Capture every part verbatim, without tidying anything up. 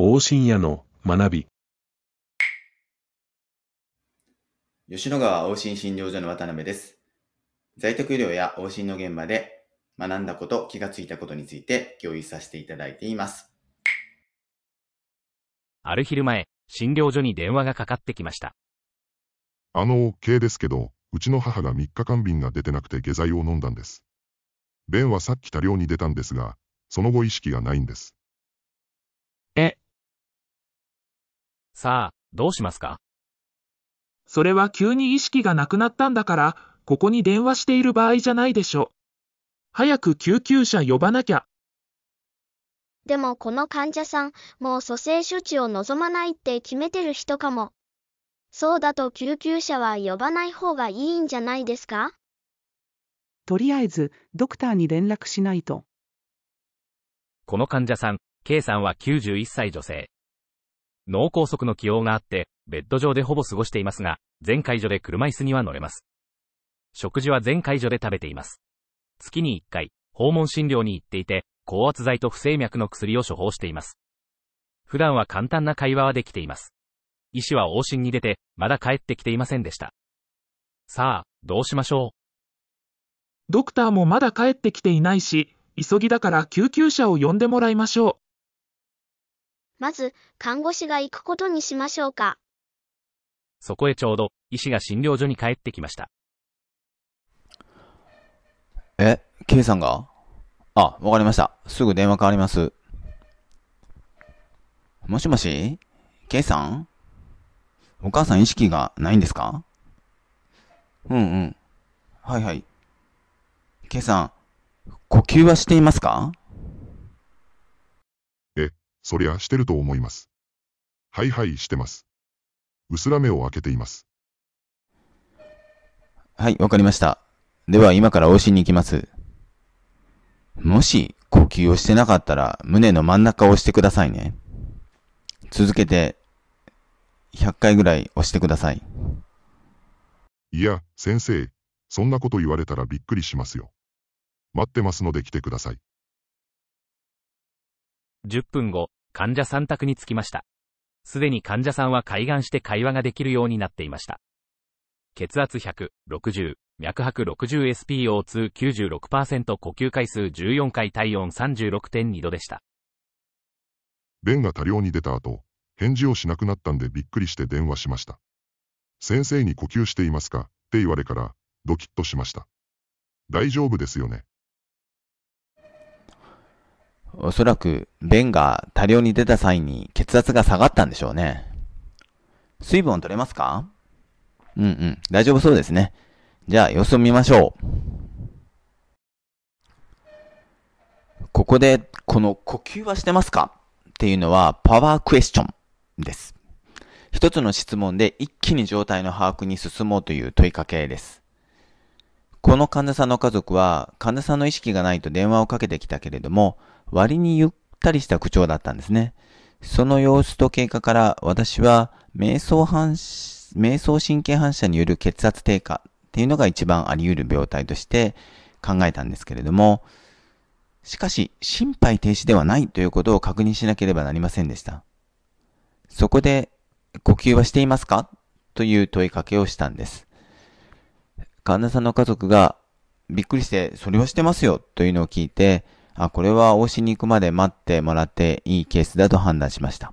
往診屋の学び。 吉野川往診診療所の渡辺です。在宅医療や往診の現場で学んだこと、気がついたことについて共有させていただいています。 ある昼前、診療所に電話がかかってきました。 あの、系ですけど、うちの母がみっかかん便が出てなくて下剤を飲んだんです。便はさっき多量に出たんですが、その後意識がないんです。 え。 さあ、どうしますか？ それは急に意識がなくなったんだから、ここに電話している場合じゃないでしょ。早く救急車呼ばなきゃ。 でもこの患者さん、もう蘇生処置を望まないって決めてる人かも。そうだと救急車は呼ばない方がいいんじゃないですか？ とりあえず、ドクターに連絡しないと。 この患者さん、K さんはきゅうじゅういっさい女性。脳梗塞の既往があって、ベッド上でほぼ過ごしていますが、全介助で車椅子には乗れます。食事は全介助で食べています。月にいっかい、訪問診療に行っていて、高圧剤と不整脈の薬を処方しています。普段は簡単な会話はできています。医師は往診に出て、まだ帰ってきていませんでした。さあ、どうしましょう。 ドクターもまだ帰ってきていないし、急ぎだから救急車を呼んでもらいましょう。 まず、看護師が行くことにしましょうか。 そこへちょうど、医師が診療所に帰ってきました。 え、K さんが？あ、わかりました。すぐ電話変わります。もしもし？ K さん？お母さん意識がないんですか？うんうん。はいはい。K さん、呼吸はしていますか？ え、そりゃしてると思います。はいはいしてます。うすら目を開けています。 はい、わかりました。では今から往診に行きます。もし呼吸をしてなかったら胸の真ん中を押してくださいね。続けてひゃっかいぐらい押してください。 いや、先生、そんなこと言われたらびっくりしますよ。待ってますので来てください。 じゅっぷんご、患者さん宅に着きました。すでに患者さんは開眼して会話ができるようになっていました。血圧ひゃくろくじゅう、脈拍 ろくじゅうエスピーオーツーきゅうじゅうろくパーセント、呼吸回数じゅうよんかい、体温 さんじゅうろくてんにどでした。 便が多量に出た後、返事をしなくなったんでびっくりして電話しました。先生に呼吸していますかって言われからドキッとしました。大丈夫ですよね。 おそらく便が多量に出た際に血圧が下がったんでしょうね。水分を取れますか？うんうん、大丈夫そうですね。じゃあ様子を見ましょう。ここでこの呼吸はしてますかっていうのはパワークエスチョンです。一つの質問で一気に状態の把握に進もうという問いかけです。この患者さんの家族は患者さんの意識がないと電話をかけてきたけれども、割にゆったりした口調だったんですね。その様子と経過から私は迷走反迷走神経反射による血圧低下っていうのが一番あり得る病態として考えたんですけれども、しかし心肺停止ではないということを確認しなければなりませんでした。そこで呼吸はしていますかという問いかけをしたんです。患者さんの家族がびっくりしてそれはしてますよというのを聞いて、あ、これは往診に行くまで待ってもらっていいケースだと判断しました。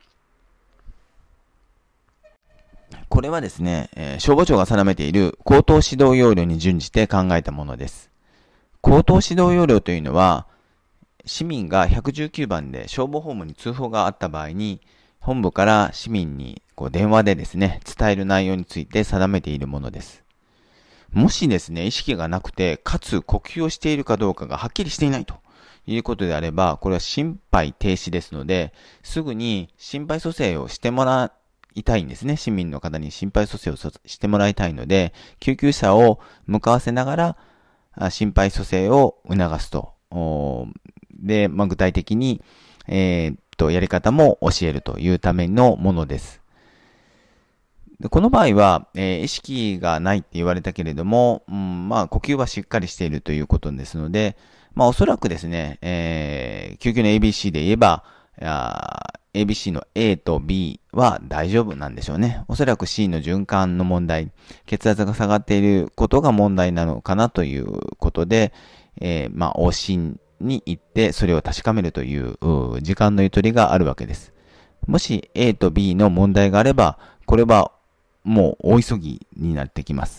これはですね、えー、消防庁が定めている口頭指導要領に準じて考えたものです。口頭指導要領というのは、市民がひゃくじゅうきゅうばんで消防本部に通報があった場合に、本部から市民にこう電話でですね、伝える内容について定めているものです。もしですね、意識がなくて、かつ呼吸をしているかどうかがはっきりしていないということであれば、これは心肺停止ですので、すぐに心肺蘇生をしてもらいたいんですね。市民の方に心肺蘇生をしてもらいたいので、救急車を向かわせながら、心肺蘇生を促すと。で、まあ、具体的に、えー、っと、やり方も教えるというためのものです。でこの場合は、えー、意識がないって言われたけれども、うん、まあ、呼吸はしっかりしているということですので、まあ、おそらくですね、えー、救急の エービーシー で言えば、 エービーシー の A と B は大丈夫なんでしょうね。おそらく C の循環の問題、血圧が下がっていることが問題なのかなということで、えー、まあ、往診に行ってそれを確かめるという時間のゆとりがあるわけです。もし A と B の問題があれば、これはもう大急ぎになってきます。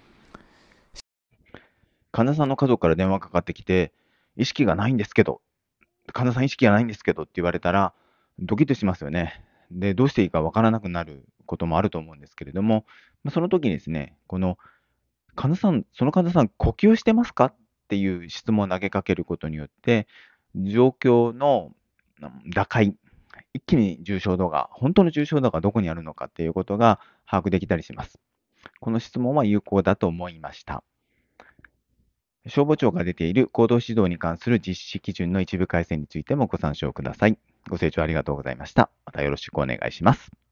患者さんの家族から電話かかってきて、意識がないんですけど、患者さん意識がないんですけどって言われたら、ドキッとしますよね。で、どうしていいかわからなくなることもあると思うんですけれども、その時にですね、この患者さん、その患者さん呼吸してますかっていう質問を投げかけることによって、状況の打開、一気に重症度が、本当の重症度がどこにあるのかっていうことが把握できたりします。この質問は有効だと思いました。消防庁が出ている行動指導に関する実施基準の一部改正についてもご参照ください。ご清聴ありがとうございました。またよろしくお願いします。